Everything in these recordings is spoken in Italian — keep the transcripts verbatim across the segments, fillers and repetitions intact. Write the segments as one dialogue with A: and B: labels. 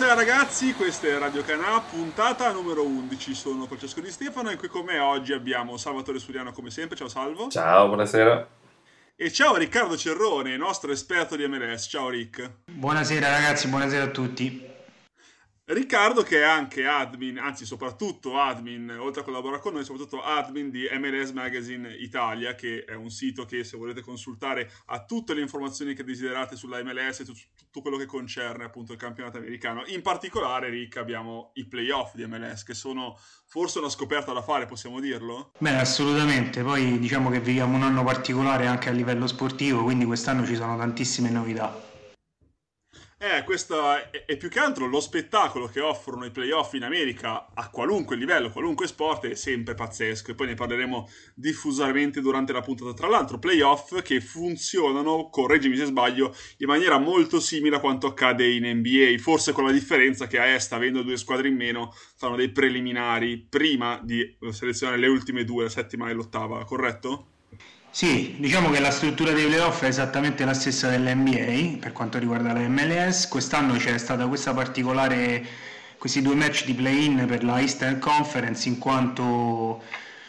A: Buonasera ragazzi, questa è Radio Canà, puntata numero undici, sono Francesco Di Stefano e qui con me oggi abbiamo Salvatore Suriano come sempre, ciao Salvo.
B: Ciao, buonasera.
A: E ciao Riccardo Cerrone, nostro esperto di M L S, ciao Rick.
C: Buonasera ragazzi, buonasera a tutti.
A: Riccardo che è anche admin, anzi soprattutto admin, oltre a collaborare con noi, soprattutto admin di M L S Magazine Italia, che è un sito che se volete consultare ha tutte le informazioni che desiderate sulla M L S, su tutto quello che concerne appunto il campionato americano. In particolare, Rick, abbiamo i playoff di M L S che sono forse una scoperta da fare, possiamo dirlo?
C: Beh, assolutamente, poi diciamo che viviamo un anno particolare anche a livello sportivo, quindi quest'anno ci sono tantissime novità.
A: Eh, questo è, è più che altro lo spettacolo che offrono i playoff in America a qualunque livello, qualunque sport, è sempre pazzesco e poi ne parleremo diffusamente durante la puntata. Tra l'altro playoff che funzionano, correggimi se sbaglio, in maniera molto simile a quanto accade in N B A, forse con la differenza che a Est, avendo due squadre in meno, fanno dei preliminari prima di selezionare le ultime due, la settima e l'ottava, corretto?
C: Sì, diciamo che la struttura dei playoff è esattamente la stessa dell'N B A per quanto riguarda la M L S. Quest'anno c'è stata questa particolare, questi due match di play-in per la Eastern Conference, in quanto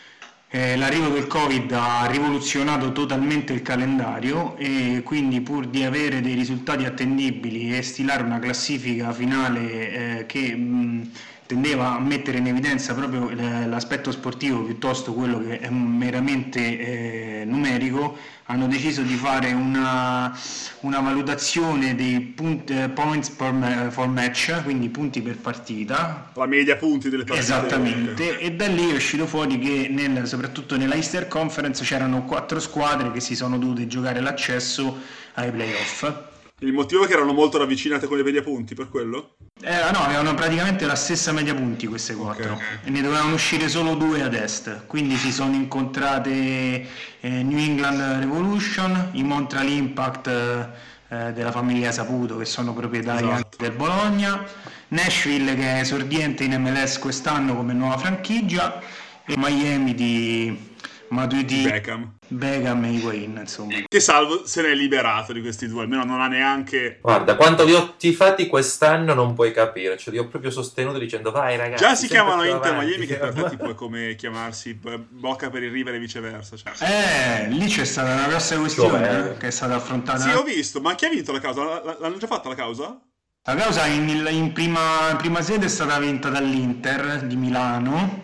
C: eh, l'arrivo del Covid ha rivoluzionato totalmente il calendario e quindi pur di avere dei risultati attendibili e stilare una classifica finale eh, che mh, tendeva a mettere in evidenza proprio l'aspetto sportivo piuttosto quello che è meramente eh, numerico, hanno deciso di fare una, una valutazione dei punt, points per, for match, quindi punti per partita.
A: La media punti delle partite.
C: Esattamente, e da lì è uscito fuori che nel, soprattutto nella Eastern Conference c'erano quattro squadre che si sono dovute giocare l'accesso ai playoff.
A: Il motivo è che erano molto ravvicinate con le media punti, per quello?
C: Eh, no, avevano praticamente la stessa media punti queste quattro, okay. E ne dovevano uscire solo due ad est, quindi si sono incontrate eh, New England Revolution, i Montreal Impact eh, della famiglia Saputo, che sono proprietari esatto. anche del Bologna, Nashville che è esordiente in M L S quest'anno come nuova franchigia, e Miami di Matuidi,
A: Beckham.
C: Beckham e Higuain, insomma.
A: Che Salvo se ne è liberato di questi due, almeno non ha neanche...
B: Guarda, quanto li ho tifati quest'anno non puoi capire, cioè li ho proprio sostenuto dicendo vai ragazzi.
A: Già si chiamano Inter avanti, Miami, che per te tipo è come chiamarsi Bocca per il River e viceversa. Cioè.
C: Eh, lì c'è stata una grossa questione eh, che è stata affrontata.
A: Sì, ho visto, ma chi ha vinto la causa? L'hanno già fatta la causa?
C: La causa in, in, prima, in prima sede è stata vinta dall'Inter di Milano.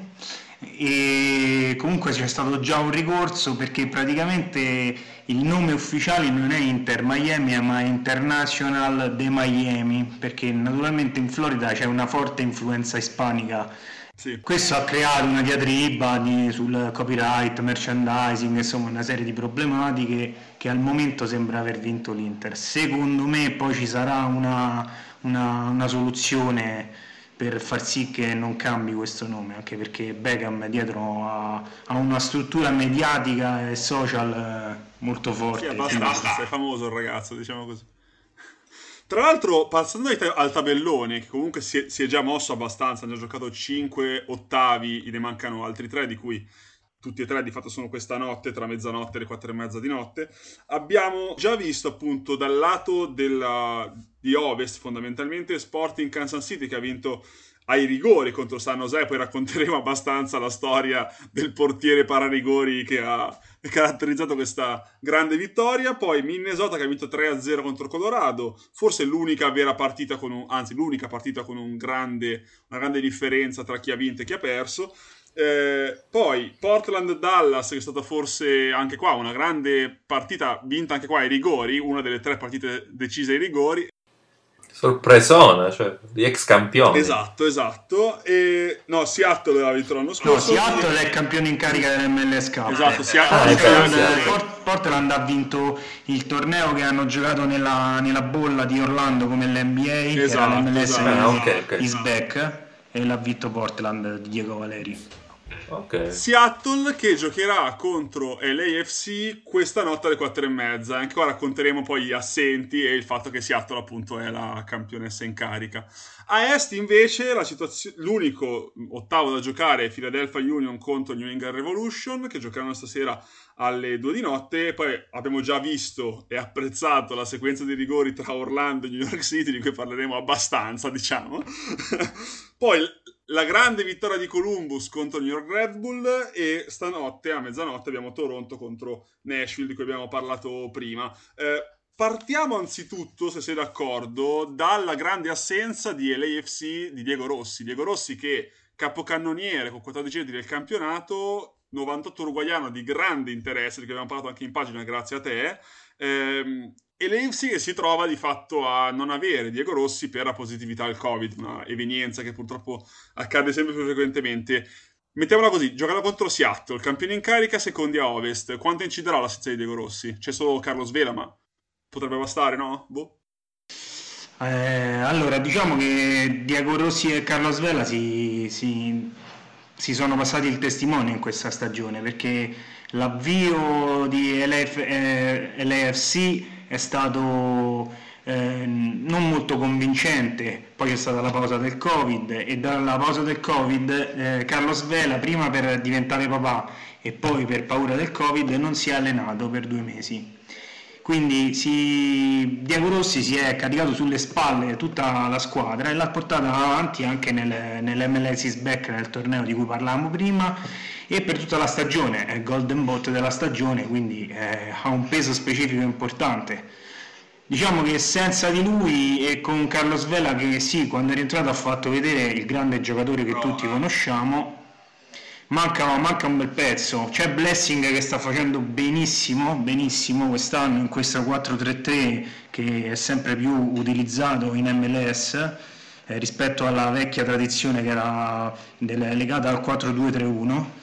C: E comunque c'è stato già un ricorso perché praticamente il nome ufficiale non è Inter Miami ma è International de Miami, perché naturalmente in Florida c'è una forte influenza ispanica. Sì. Questo ha creato una diatriba di, sul copyright, merchandising, insomma una serie di problematiche che al momento sembra aver vinto l'Inter. Secondo me poi ci sarà una, una, una soluzione per far sì che non cambi questo nome, anche perché Beckham dietro ha, ha una struttura mediatica e social molto forte.
A: Sì, abbastanza, è famoso il ragazzo, diciamo così. Tra l'altro, passando al tabellone, che comunque si è, si è già mosso abbastanza, hanno già giocato cinque ottavi, ne mancano altri tre, di cui tutti e tre di fatto sono questa notte, tra mezzanotte e le quattro e mezza di notte. Abbiamo già visto appunto dal lato della, di Ovest fondamentalmente Sporting Kansas City che ha vinto ai rigori contro San Jose, poi racconteremo abbastanza la storia del portiere pararigori che ha caratterizzato questa grande vittoria. Poi Minnesota che ha vinto tre a zero contro Colorado, forse l'unica vera partita con un, anzi l'unica partita con un grande, una grande differenza tra chi ha vinto e chi ha perso. Eh, poi Portland-Dallas che è stata forse anche qua una grande partita vinta anche qua ai rigori, una delle tre partite decise ai rigori.
B: Sorpresona, cioè di ex campioni.
A: Esatto, esatto. E no, Seattle aveva vinto l'anno scorso.
C: No, Seattle è il campione in carica dell'M L S Cup.
A: Esatto, Seattle.
C: Ah, Portland, Port- Portland ha vinto il torneo che hanno giocato nella, nella bolla di Orlando come l'N B A,
A: esatto,
C: che era l'M L S
A: esatto.
C: ah,
B: okay, okay.
C: is back, e l'ha vinto Portland di Diego Valeri.
B: Ok.
A: Seattle che giocherà contro L A F C questa notte alle quattro e mezza. Anche qua racconteremo poi gli assenti e il fatto che Seattle appunto è la campionessa in carica. A Est invece la situazione, l'unico ottavo da giocare è Philadelphia Union contro New England Revolution, che giocheranno stasera alle due di notte. Poi abbiamo già visto e apprezzato la sequenza di rigori tra Orlando e New York City, di cui parleremo abbastanza, diciamo. Poi la grande vittoria di Columbus contro New York Red Bull, e stanotte a mezzanotte abbiamo Toronto contro Nashville, di cui abbiamo parlato prima. Eh, partiamo anzitutto, se sei d'accordo, dalla grande assenza di L A F C di Diego Rossi. Diego Rossi che capocannoniere con quattordici reti del campionato, novantotto uruguaiano di grande interesse, di cui abbiamo parlato anche in pagina grazie a te. Ehm, e l'A F C che si trova di fatto a non avere Diego Rossi per la positività al Covid, una evenienza che purtroppo accade sempre più frequentemente. Mettiamola così, giocano contro Seattle, campione in carica, secondi a Ovest. Quanto inciderà l'assenza di Diego Rossi? C'è solo Carlos Vela, ma potrebbe bastare, no? Boh.
C: Eh, allora, diciamo che Diego Rossi e Carlos Vela si, si, si sono passati il testimone in questa stagione, perché l'avvio di L A F, eh, L A F C è stato eh, non molto convincente. Poi c'è stata la pausa del Covid, e dalla pausa del Covid eh, Carlos Vela, prima per diventare papà e poi per paura del Covid, non si è allenato per due mesi. Quindi si, Diego Rossi si è caricato sulle spalle tutta la squadra e l'ha portata avanti anche nel, nell'M L S Is Back, nel torneo di cui parlavamo prima, e per tutta la stagione, è Golden Boot della stagione, quindi eh, ha un peso specifico importante. Diciamo che senza di lui e con Carlos Vela, che sì, quando è rientrato ha fatto vedere il grande giocatore che tutti conosciamo, manca, manca un bel pezzo. C'è Blessing che sta facendo benissimo, benissimo quest'anno in questa quattro tre tre, che è sempre più utilizzato in M L S eh, rispetto alla vecchia tradizione che era del, legata al quattro due tre uno.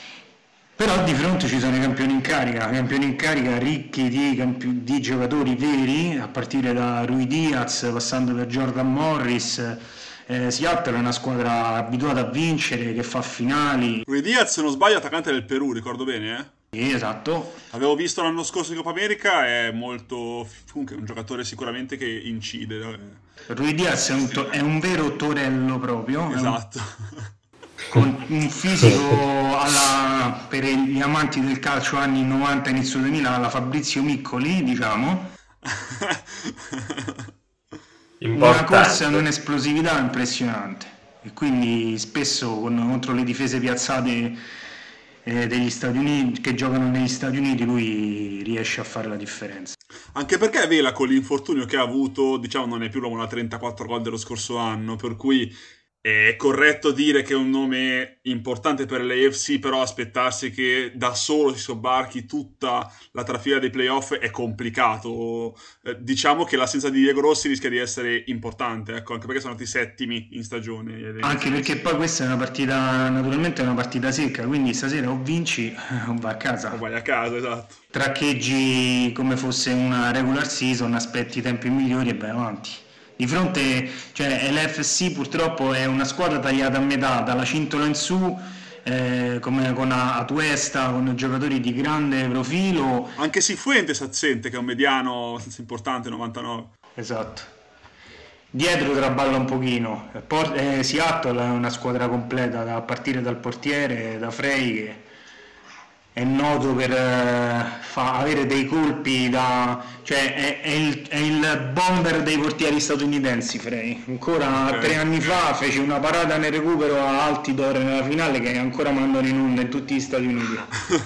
C: Però di fronte ci sono i campioni in carica, campioni in carica ricchi di, campi- di giocatori veri, a partire da Rui Diaz, passando per Jordan Morris. Eh, Seattle è una squadra abituata a vincere, che fa finali.
A: Rui Diaz, se non sbaglio, attaccante del Perù, ricordo bene, eh?
C: Sì, esatto.
A: Avevo visto l'anno scorso in Coppa America, è molto... comunque è un giocatore sicuramente che incide.
C: Rui Diaz è un, to- è un vero torello proprio.
A: Esatto.
C: Con un fisico alla, per gli amanti del calcio anni novanta, inizio duemila, alla Fabrizio Miccoli, diciamo. Una corsa in un'esplosività impressionante, e quindi spesso con, contro le difese piazzate eh, degli Stati Uniti, che giocano negli Stati Uniti, lui riesce a fare la differenza.
A: Anche perché Vela, con l'infortunio che ha avuto, diciamo, non è più l'uomo da trentaquattro gol dello scorso anno, per cui è corretto dire che è un nome importante per l'A F C, però aspettarsi che da solo si sobbarchi tutta la trafila dei playoff è complicato. Eh, diciamo che l'assenza di Diego Rossi rischia di essere importante, ecco, anche perché sono stati settimi in stagione.
C: Anche perché poi questa è una partita, naturalmente è una partita secca, quindi stasera o vinci o vai a casa.
A: O vai a casa, esatto.
C: Traccheggi come fosse una regular season, aspetti i tempi migliori e vai avanti. Di fronte, cioè, l'F C purtroppo è una squadra tagliata a metà, dalla cintola in su, eh, come con Atuesta, con giocatori di grande profilo.
A: Anche Cifuentes assente, che è un mediano abbastanza importante, novantanove.
C: Esatto. Dietro traballa un pochino. Port- eh, Seattle è una squadra completa, da, a partire dal portiere, da Frey, che è noto per eh, fa, avere dei colpi da... cioè è, è, il, è il bomber dei portieri statunitensi, Frey. Ancora okay. Tre anni fa fece una parata nel recupero a Altidore nella finale, che ancora mandano in onda in tutti gli Stati Uniti.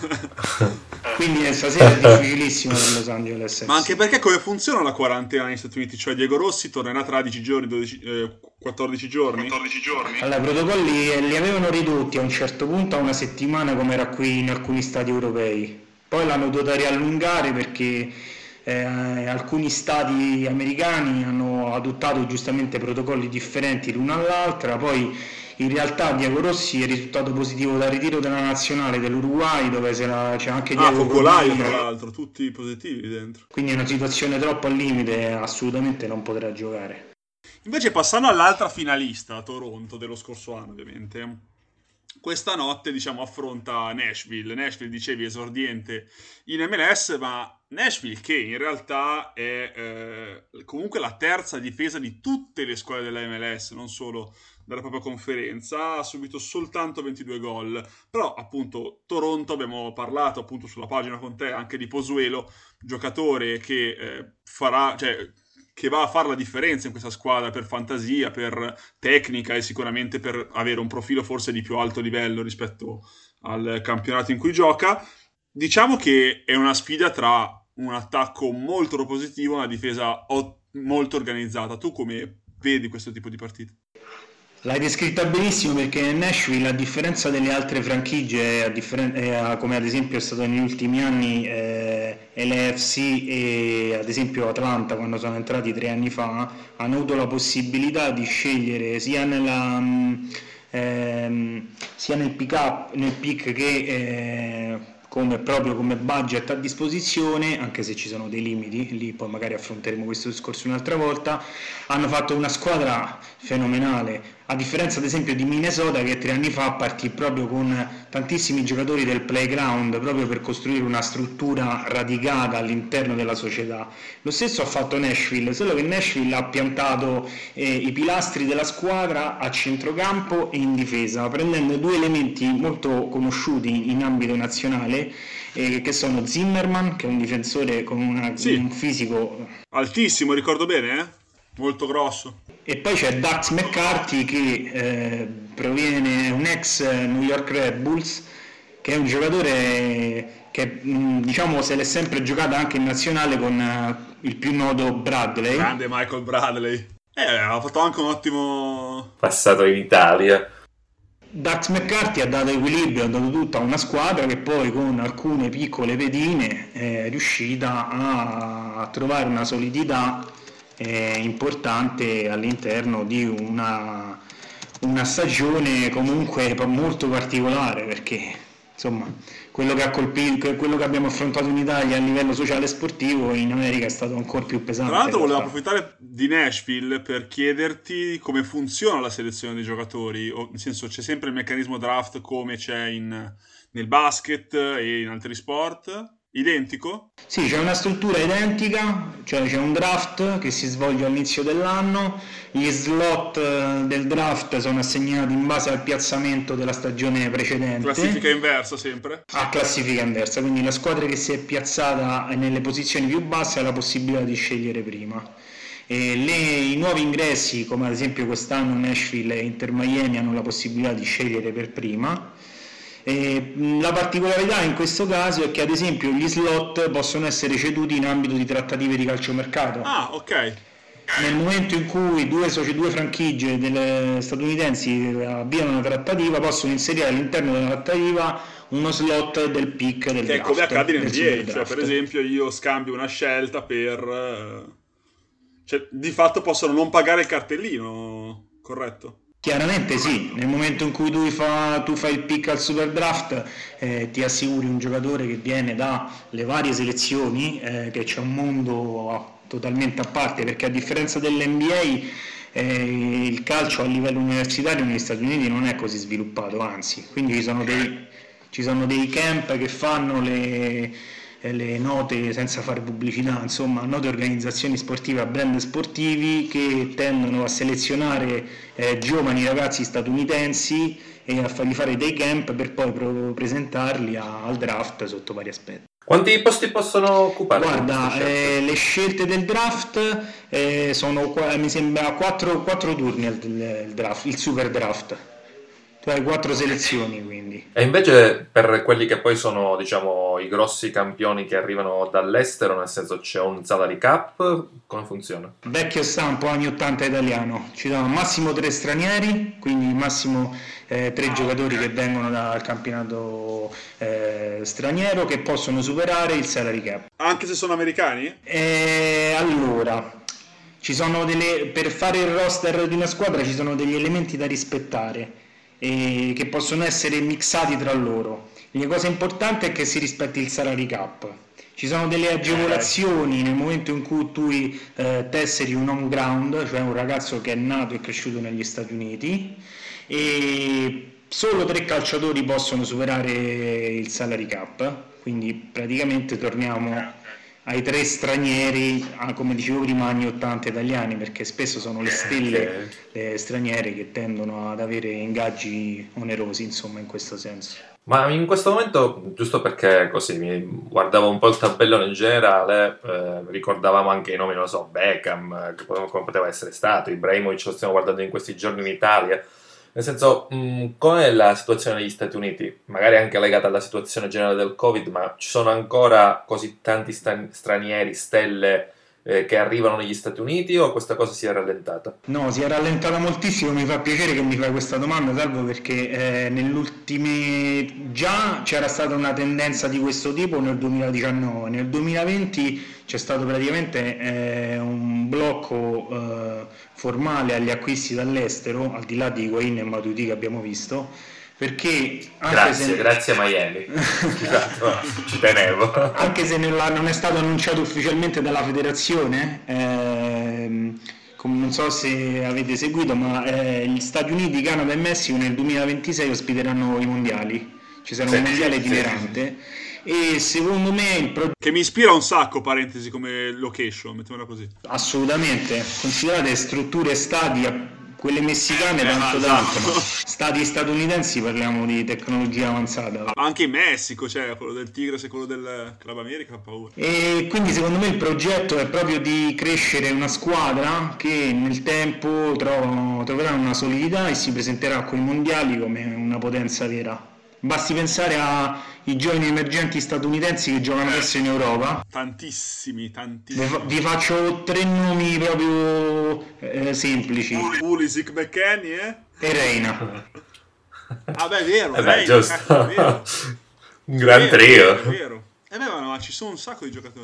C: Quindi stasera è difficilissimo per Los Angeles.
A: Ma anche perché come funziona la quarantena negli Stati Uniti? Cioè Diego Rossi tornerà tredici giorni, dodici, eh, quattordici giorni? quattordici giorni?
C: Allora, i protocolli li avevano ridotti a un certo punto a una settimana, come era qui in alcuni stati europei. Poi l'hanno dovuto riallungare perché eh, alcuni stati americani hanno adottato giustamente protocolli differenti l'una all'altra. Poi in realtà Diego Rossi è risultato positivo dal ritiro della nazionale dell'Uruguay, dove c'era, c'è anche Diego
A: ah, Focolai, tra l'altro, tutti positivi dentro.
C: Quindi è una situazione troppo al limite, assolutamente non potrà giocare.
A: Invece passando all'altra finalista, Toronto, dello scorso anno ovviamente, questa notte, diciamo, affronta Nashville. Nashville, dicevi, esordiente in M L S, ma Nashville che in realtà è eh, comunque la terza difesa di tutte le squadre della M L S, non solo della propria conferenza, ha subito soltanto ventidue gol. Però, appunto, Toronto, abbiamo parlato appunto sulla pagina con te anche di Pozuelo, giocatore che eh, farà, cioè, che va a fare la differenza in questa squadra per fantasia, per tecnica e sicuramente per avere un profilo forse di più alto livello rispetto al campionato in cui gioca. Diciamo che è una sfida tra un attacco molto propositivo e una difesa o- molto organizzata. Tu come vedi questo tipo di partita?
C: L'hai descritta benissimo, perché Nashville, a differenza delle altre franchigie, a differen- eh, come ad esempio è stato negli ultimi anni eh, l'A F C e ad esempio Atlanta quando sono entrati tre anni fa, hanno avuto la possibilità di scegliere sia nella mh, ehm, sia nel pick up, nel pick che eh, come, proprio come budget a disposizione, anche se ci sono dei limiti, lì poi magari affronteremo questo discorso un'altra volta. Hanno fatto una squadra fenomenale, a differenza ad esempio di Minnesota che tre anni fa partì proprio con tantissimi giocatori del playground, proprio per costruire una struttura radicata all'interno della società. Lo stesso ha fatto Nashville, solo che Nashville ha piantato eh, i pilastri della squadra a centrocampo e in difesa, prendendo due elementi molto conosciuti in ambito nazionale, eh, che sono Zimmerman, che è un difensore con una,
A: Sì.
C: un fisico
A: Altissimo, ricordo bene, eh? Molto grosso.
C: e poi c'è Dax McCarthy che eh, proviene, è un ex New York Red Bulls, che è un giocatore che mh, diciamo se l'è sempre giocata anche in nazionale con eh, il più noto Bradley.
A: Grande Michael Bradley. Eh, ha fatto anche un ottimo...
B: Passato in Italia.
C: Dax McCarthy ha dato equilibrio, ha dato tutto a una squadra che poi con alcune piccole pedine è riuscita a, a trovare una solidità eh, importante all'interno di una, una stagione comunque molto particolare, perché insomma quello che ha colpito, quello che abbiamo affrontato in Italia a livello sociale e sportivo in America è stato ancora più pesante.
A: Tra l'altro
C: in
A: volevo
C: realtà.
A: approfittare di Nashville per chiederti come funziona la selezione dei giocatori, o, nel senso c'è sempre il meccanismo draft come c'è in, nel basket e in altri sport, identico?
C: Sì, c'è una struttura identica, cioè c'è un draft che si svolge all'inizio dell'anno, gli slot eh, del draft sono assegnati in base al piazzamento della stagione precedente.
A: Classifica inversa sempre?
C: A classifica inversa, quindi la squadra che si è piazzata nelle posizioni più basse ha la possibilità di scegliere prima. E le, i nuovi ingressi, come ad esempio quest'anno Nashville e Inter Miami, hanno la possibilità di scegliere per prima. E la particolarità in questo caso è che ad esempio gli slot possono essere ceduti in ambito di trattative di calciomercato.
A: Ah, ok.
C: Nel momento in cui due, soci, due franchigie delle statunitensi avviano una trattativa, possono inserire all'interno della trattativa uno slot del pick del
A: Che è
C: draft,
A: come accade in
C: del
A: N B A,
C: super
A: cioè
C: draft.
A: per esempio io scambio una scelta per... eh, cioè di fatto possono non pagare il cartellino, corretto?
C: Chiaramente sì, nel momento in cui tu, fa, tu fai il pick al super draft eh, ti assicuri un giocatore che viene dalle varie selezioni, eh, che c'è un mondo totalmente a parte, perché a differenza dell'N B A eh, il calcio a livello universitario negli Stati Uniti non è così sviluppato, anzi, quindi ci sono dei, ci sono dei camp che fanno le... le note, senza fare pubblicità, insomma, note organizzazioni sportive a brand sportivi che tendono a selezionare eh, giovani ragazzi statunitensi e a fargli fare dei camp per poi pro- presentarli a- al draft sotto vari aspetti.
B: Quanti posti possono occupare?
C: Guarda,
B: queste scelte?
C: eh, le scelte del draft eh, sono qua- mi sembra quattro turni il, il draft, il super draft. Tu hai quattro selezioni, quindi.
B: E invece per quelli che poi sono, diciamo, i grossi campioni che arrivano dall'estero, nel senso c'è un salary cap, come funziona?
C: Vecchio stampo, anni ottanta italiano, ci sono massimo tre stranieri, quindi massimo eh, tre giocatori che vengono dal campionato eh, straniero che possono superare il salary cap.
A: Anche se sono americani?
C: E allora, ci sono delle, per fare il roster di una squadra ci sono degli elementi da rispettare e che possono essere mixati tra loro. La cosa importante è che si rispetti il salary cap. Ci sono delle agevolazioni nel momento in cui tu eh, tesseri un home ground, cioè un ragazzo che è nato e cresciuto negli Stati Uniti, e solo tre calciatori possono superare il salary cap, quindi praticamente torniamo ai tre stranieri, a, come dicevo prima, anni ottanta italiani, perché spesso sono le stelle le straniere che tendono ad avere ingaggi onerosi, insomma, in questo senso.
B: Ma in questo momento, giusto perché così mi guardavo un po' il tabellone in generale, eh, ricordavamo anche i nomi, non lo so, Beckham, che come poteva essere stato, Ibrahimovic, lo stiamo guardando in questi giorni in Italia. Nel senso, mh, com'è la situazione negli Stati Uniti? Magari anche legata alla situazione generale del Covid, ma ci sono ancora così tanti stan- stranieri, stelle, eh, che arrivano negli Stati Uniti, o questa cosa si è rallentata?
C: No, si è rallentata moltissimo, mi fa piacere che mi fai questa domanda, Salvo, perché eh, nell'ultime già c'era stata una tendenza di questo tipo nel duemiladiciannove, nel duemilaventi c'è stato praticamente eh, un blocco eh, formale agli acquisti dall'estero, al di là di Higuaín e Matuidi che abbiamo visto, perché anche
B: Grazie,
C: se...
B: grazie a Miami. Scusate, ci tenevo.
C: Anche se non, non è stato annunciato ufficialmente dalla federazione, ehm, come non so se avete seguito, ma eh, gli Stati Uniti, Canada e Messico nel duemilaventisei ospiteranno i mondiali, ci sarà
B: Sì,
C: un mondiale
B: sì,
C: itinerante e secondo me il progetto...
A: Che mi ispira un sacco, parentesi, come location, mettiamola così.
C: Assolutamente, considerate strutture stadi, quelle messicane
A: Eh,
C: tanto
A: esatto.
C: tanto, ma stati statunitensi parliamo di tecnologia avanzata.
A: Anche in Messico, cioè quello del Tigres e quello del Club America fa paura.
C: E quindi secondo me il progetto è proprio di crescere una squadra che nel tempo tro- troverà una solidità e si presenterà a quei mondiali come una potenza vera. Basti pensare ai giovani emergenti statunitensi che giocano adesso in Europa.
A: Tantissimi,
C: Vi,
A: tantissimi.
C: fa- vi faccio tre nomi proprio eh, semplici.
A: Pulisic, McKennie, eh?
C: E Reina.
A: Ah beh, è vero,
B: Eh beh,
A: lei,
B: giusto.
A: cacchio, è vero.
B: Un gran
A: È vero,
B: trio.
A: È vero. Eh beh, ma, ma ci sono un sacco di giocatori.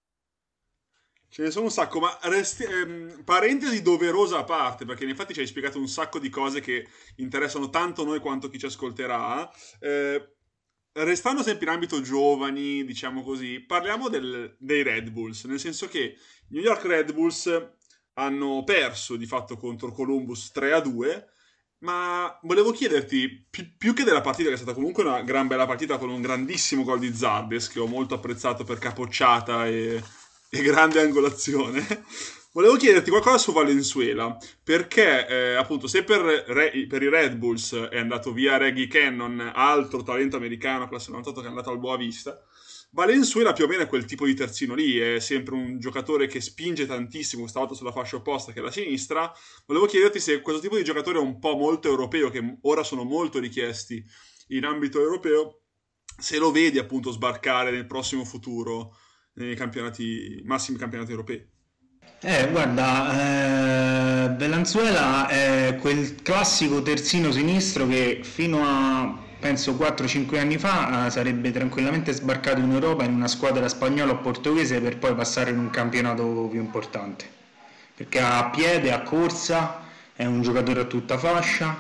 A: Ce ne sono un sacco, ma resti- ehm, parentesi doverosa a parte, perché infatti ci hai spiegato un sacco di cose che interessano tanto noi quanto chi ci ascolterà. Eh, restando sempre in ambito giovani, diciamo così, parliamo del- dei Red Bulls, nel senso che i New York Red Bulls hanno perso di fatto contro Columbus tre a due, ma volevo chiederti, pi- più che della partita, che è stata comunque una gran bella partita con un grandissimo gol di Zardes, che ho molto apprezzato per capocciata e, e grande angolazione, volevo chiederti qualcosa su Valenzuela, perché eh, appunto se per, Re- per i Red Bulls è andato via Reggie Cannon, altro talento americano, classe novantotto, che è andato al Boavista, Valenzuela più o meno è quel tipo di terzino lì, è sempre un giocatore che spinge tantissimo, stavolta sulla fascia opposta che è la sinistra. Volevo chiederti se questo tipo di giocatore è un po' molto europeo, che ora sono molto richiesti in ambito europeo, se lo vedi appunto sbarcare nel prossimo futuro nei campionati, massimi campionati europei.
C: Eh, guarda, eh, Valenzuela è quel classico terzino sinistro che fino a penso quattro cinque anni fa eh, sarebbe tranquillamente sbarcato in Europa in una squadra spagnola o portoghese per poi passare in un campionato più importante, perché ha piede, ha corsa, è un giocatore a tutta fascia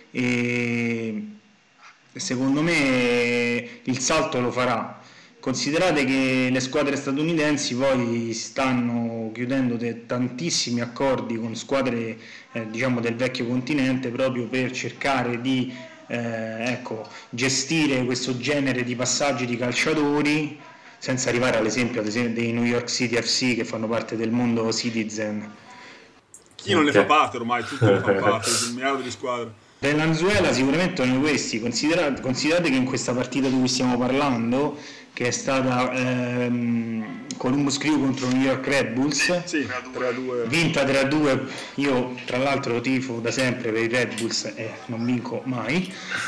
C: e secondo me il salto lo farà. Considerate che le squadre statunitensi poi stanno chiudendo de- tantissimi accordi con squadre eh, diciamo del vecchio continente proprio per cercare di eh, ecco, gestire questo genere di passaggi di calciatori, senza arrivare all'esempio ad esempio dei New York City F C che fanno parte del mondo Citizen.
A: Chi non
B: Ok.
A: ne fa parte ormai, tutti ne fanno parte, un miliardo di squadre.
C: Valenzuela sicuramente uno di questi. Considerate, considerate che in questa partita di cui stiamo parlando, che è stata ehm, Columbus Crew contro New York Red Bulls,
A: Sì, tre a due.
C: vinta tre a due, io tra l'altro tifo da sempre per i Red Bulls e non vinco mai,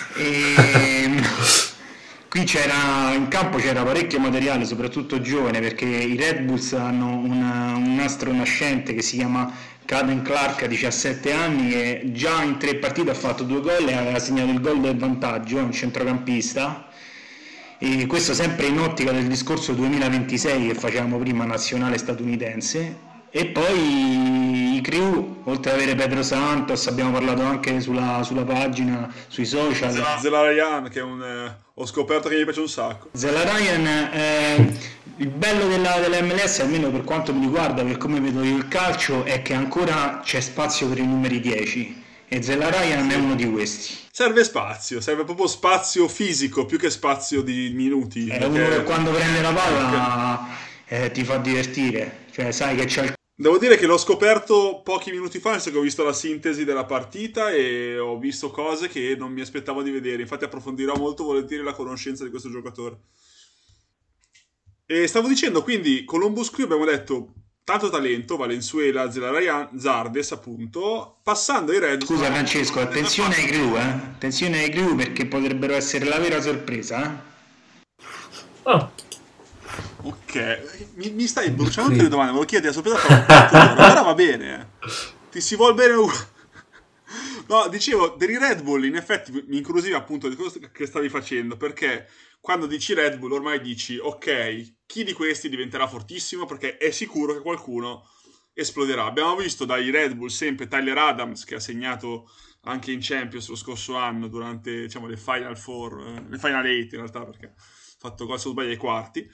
C: e qui c'era in campo c'era parecchio materiale, soprattutto giovane, perché i Red Bulls hanno una, un astro nascente che si chiama Caden Clark, a diciassette anni, che già in tre partite ha fatto due gol e aveva segnato il gol del vantaggio, è un centrocampista. E questo sempre in ottica del discorso duemilaventisei che facevamo prima, nazionale statunitense. E poi i Crew, oltre ad avere Pedro Santos, abbiamo parlato anche sulla, sulla pagina, sui social.
A: Zelarayan, che è un... eh, ho scoperto che gli piace un sacco.
C: Zelarayan, eh, il bello della, della M L S, almeno per quanto mi riguarda, per come vedo io il calcio, è che ancora c'è spazio per i numeri dieci. E Zelarayan è uno di questi.
A: Serve spazio, serve proprio spazio fisico più che spazio di minuti.
C: È
A: perché...
C: uno che quando prende la palla eh, ti fa divertire, cioè sai che c'è il...
A: Devo dire che l'ho scoperto pochi minuti fa, nel senso che ho visto la sintesi della partita e ho visto cose che non mi aspettavo di vedere. Infatti approfondirò molto volentieri la conoscenza di questo giocatore. E stavo dicendo, quindi, Columbus Crew abbiamo detto tanto talento, Valenzuela, Zelarayan, Zardes appunto, passando ai Red.
C: Scusa Francesco, attenzione ai crew, eh? Attenzione ai crew perché potrebbero essere la vera sorpresa, eh?
B: Oh.
A: Ok, mi, mi stai bruciando tutte le domande, me lo chiedi a sorpresa però allora va bene, ti si vuol bene uguale. No, dicevo, dei Red Bull in effetti mi incuriosiva appunto di cosa che stavi facendo, perché quando dici Red Bull ormai dici ok, chi di questi diventerà fortissimo perché è sicuro che qualcuno esploderà. Abbiamo visto dai Red Bull sempre Tyler Adams che ha segnato anche in Champions lo scorso anno durante diciamo le Final Four, eh, le Final Eight in realtà perché ha fatto gol se non sbaglio ai quarti.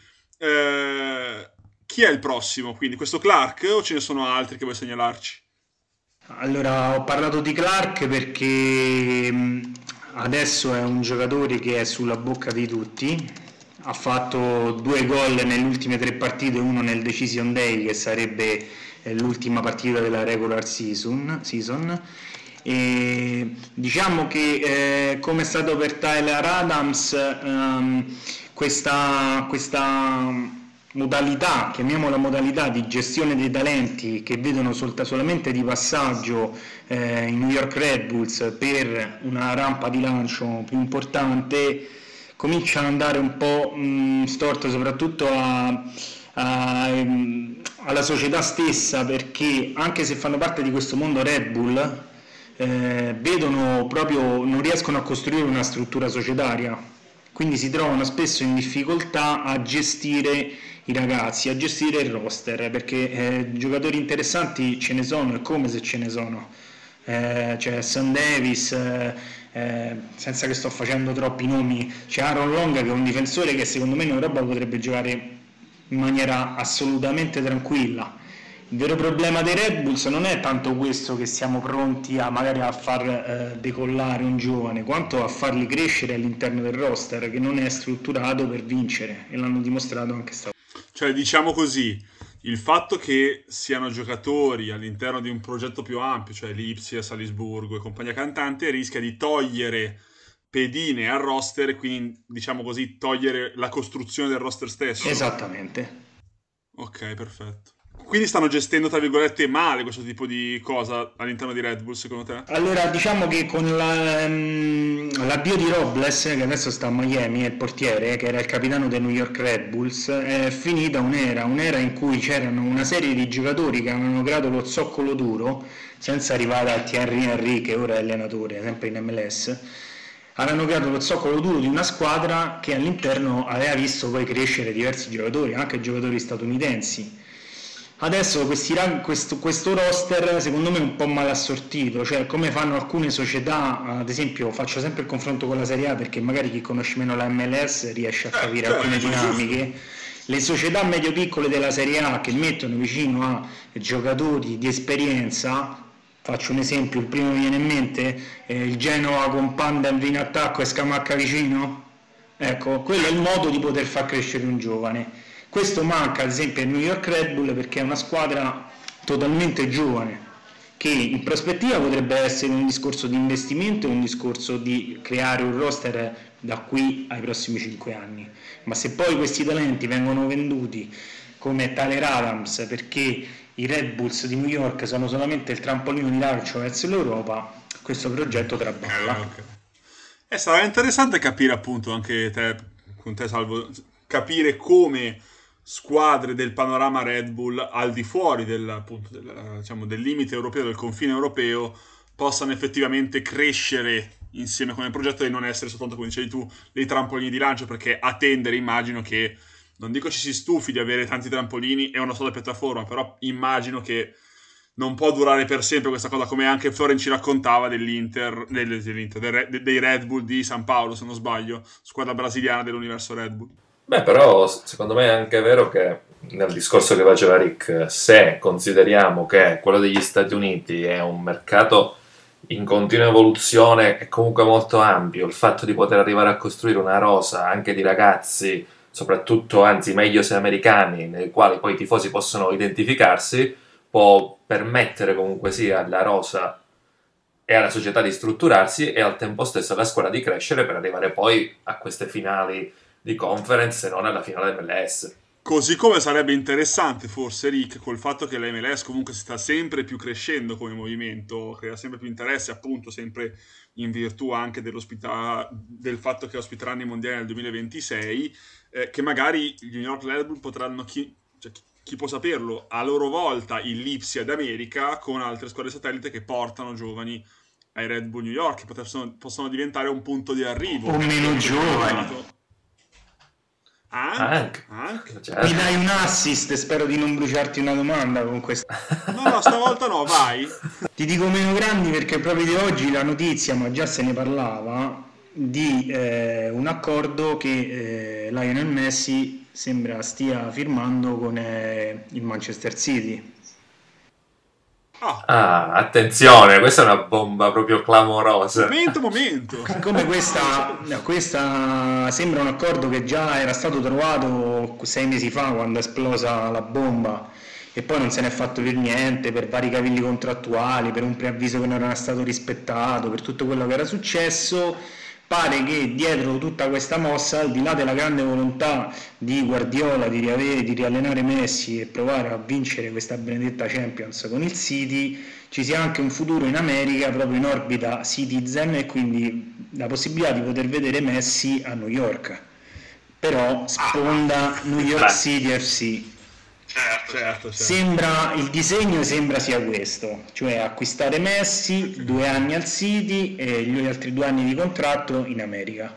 A: Eh, chi è il prossimo? Quindi questo Clark o ce ne sono altri che vuoi segnalarci?
C: Allora, ho parlato di Clark perché mh, adesso è un giocatore che è sulla bocca di tutti. Ha fatto due gol nelle ultime tre partite, uno nel Decision Day che sarebbe eh, l'ultima partita della regular season, season. E diciamo che eh, come è stato per Tyler Adams ehm, questa, questa modalità, chiamiamola modalità di gestione dei talenti che vedono sol- solamente di passaggio eh, i New York Red Bulls per una rampa di lancio più importante, comincia ad andare un po' mh, storto soprattutto a, a, ehm, alla società stessa, perché anche se fanno parte di questo mondo Red Bull eh, vedono proprio, non riescono a costruire una struttura societaria, quindi si trovano spesso in difficoltà a gestire i ragazzi, a gestire il roster, perché eh, giocatori interessanti ce ne sono e come se ce ne sono. Eh, c'è Sam Davis, eh, eh, senza che sto facendo troppi nomi, c'è Aaron Long che è un difensore che secondo me in Europa potrebbe giocare in maniera assolutamente tranquilla. Il vero problema dei Red Bulls non è tanto questo che siamo pronti a magari a far eh, decollare un giovane, quanto a farli crescere all'interno del roster che non è strutturato per vincere, e l'hanno dimostrato anche stavolta.
A: Cioè, diciamo così, il fatto che siano giocatori all'interno di un progetto più ampio, cioè l'Ipsia, Salisburgo e compagnia cantante, rischia di togliere pedine al roster e quindi, diciamo così, togliere la costruzione del roster stesso.
C: Esattamente.
A: Ok, perfetto. Quindi stanno gestendo, tra virgolette, male questo tipo di cosa all'interno di Red Bull, secondo te?
C: Allora, diciamo che con la, um, l'avvio di Robles, che adesso sta a Miami, è il portiere, che era il capitano dei New York Red Bulls, è finita un'era, un'era in cui c'erano una serie di giocatori che avevano creato lo zoccolo duro, senza arrivare a Thierry Henry, che ora è allenatore, sempre in M L S, avevano creato lo zoccolo duro di una squadra che all'interno aveva visto poi crescere diversi giocatori, anche giocatori statunitensi. Adesso questi, questo, questo roster secondo me è un po' mal assortito, cioè come fanno alcune società, ad esempio faccio sempre il confronto con la Serie A perché magari chi conosce meno la M L S riesce a capire eh, alcune dinamiche. Le società medio-piccole della Serie A che mettono vicino a giocatori di esperienza, faccio un esempio, il primo che mi viene in mente, eh, il Genoa con Pandan in attacco e Scamacca vicino, ecco, quello è il modo di poter far crescere un giovane. Questo manca ad esempio al New York Red Bull perché è una squadra totalmente giovane che in prospettiva potrebbe essere un discorso di investimento e un discorso di creare un roster da qui ai prossimi cinque anni, ma se poi questi talenti vengono venduti come Tyler Adams perché i Red Bulls di New York sono solamente il trampolino di lancio verso l'Europa, questo progetto traballa.
A: Okay, okay. Eh, sarà interessante capire appunto anche te, con te Salvo, capire come squadre del panorama Red Bull al di fuori del, appunto, del, diciamo, del limite europeo, del confine europeo, possano effettivamente crescere insieme con il progetto e non essere soltanto, come dicevi tu, dei trampolini di lancio, perché a tendere immagino che, non dico ci si stufi di avere tanti trampolini e una sola piattaforma, però immagino che non può durare per sempre questa cosa, come anche Floren ci raccontava dell'Inter, dell'Inter dei Red Bull di San Paolo, se non sbaglio, squadra brasiliana dell'universo Red Bull.
B: Beh, però secondo me è anche vero che nel discorso che faceva Rick, se consideriamo che quello degli Stati Uniti è un mercato in continua evoluzione e comunque molto ampio, il fatto di poter arrivare a costruire una rosa anche di ragazzi, soprattutto, anzi meglio se americani, nei quali poi i tifosi possono identificarsi, può permettere comunque sia alla rosa e alla società di strutturarsi e al tempo stesso alla squadra di crescere per arrivare poi a queste finali di conference, se non alla finale M L S.
A: Così come sarebbe interessante forse, Rick, col fatto che la M L S comunque sta sempre più crescendo come movimento, crea sempre più interesse, appunto sempre in virtù anche dell'ospita- del fatto che ospiteranno i mondiali nel duemilaventisei, eh, che magari gli New York Red Bull potranno, chi, cioè, chi, chi può saperlo, a loro volta illipsi ad America con altre squadre satellite che portano giovani ai Red Bull New York, che possono, possono diventare un punto di arrivo.
C: O meno giovani.
A: Anche,
B: Anche,
A: anche.
B: certo.
C: Mi dai un assist, spero di non bruciarti una domanda con questa.
A: No, no, stavolta no, vai.
C: Ti dico meno grandi perché proprio di oggi la notizia, ma già se ne parlava, di eh, un accordo che eh, Lionel Messi sembra stia firmando con eh, il Manchester City.
A: Ah,
B: Ah, attenzione, questa è una bomba proprio clamorosa.
A: momento, momento.
C: Siccome questa, questa sembra un accordo che già era stato trovato sei mesi fa quando è esplosa la bomba e poi non se n'è fatto per niente, per vari cavilli contrattuali, per un preavviso che non era stato rispettato, per tutto quello che era successo, pare che dietro tutta questa mossa, al di là della grande volontà di Guardiola di riavere, di riallenare Messi e provare a vincere questa benedetta Champions con il City, ci sia anche un futuro in America proprio in orbita Citizen e quindi la possibilità di poter vedere Messi a New York, però sponda New York
B: Beh.
C: City F C.
A: Certo, certo.
C: Sembra, il disegno sembra sia questo, cioè acquistare Messi, due anni al City e gli altri due anni di contratto in America.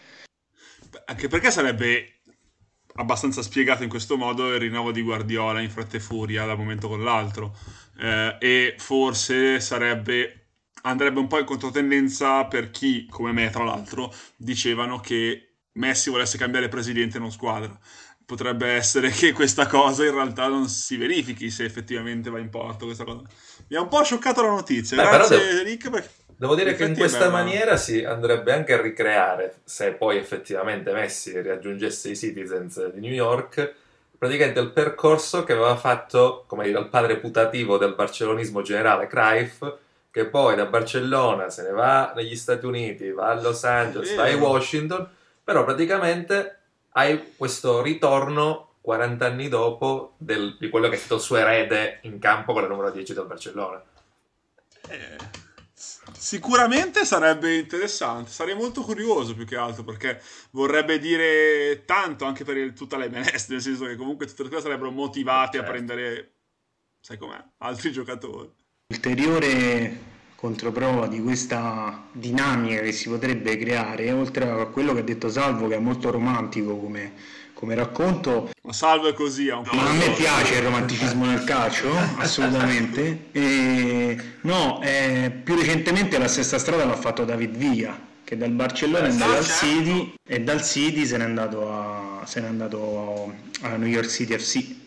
A: Anche perché sarebbe abbastanza spiegato in questo modo il rinnovo di Guardiola in fretta e furia da un momento con l'altro. Eh, e forse sarebbe andrebbe un po' in controtendenza per chi, come me tra l'altro, dicevano che Messi volesse cambiare presidente e non squadra. Potrebbe essere che questa cosa in realtà non si verifichi se effettivamente va in porto questa cosa. Mi ha un po' scioccato la notizia.
B: Beh,
A: Grazie
B: però devo,
A: Rick. Perché
B: devo dire
A: in
B: che in
A: effetti è
B: questa
A: bella.
B: maniera si andrebbe anche a ricreare, se poi effettivamente Messi raggiungesse i Citizens di New York, praticamente il percorso che aveva fatto, come dire, il padre putativo del barcelonismo generale, Cruyff, che poi da Barcellona se ne va negli Stati Uniti, va a Los Angeles,
A: È
B: va a
A: vero.
B: Washington, però praticamente hai questo ritorno quaranta anni dopo del- di quello che è stato il suo erede in campo con la numero dieci del Barcellona.
A: Eh, sicuramente sarebbe interessante, sarei molto curioso più che altro perché vorrebbe dire tanto anche per il- tutta la M L S, nel senso che comunque tutte le cose sarebbero motivate
B: Certo.
A: a prendere, sai com'è, altri giocatori.
C: Ulteriore controprova di questa dinamica che si potrebbe creare, oltre a quello che ha detto Salvo, che è molto romantico come, come racconto,
A: Ma Salvo è così, ha un po'.
C: ma a me piace il romanticismo nel calcio, assolutamente. E, no, eh, più recentemente la stessa strada l'ha fatto David Villa, che dal Barcellona è andato al City e dal City se n'è andato a, se n'è andato a, a New York City F C.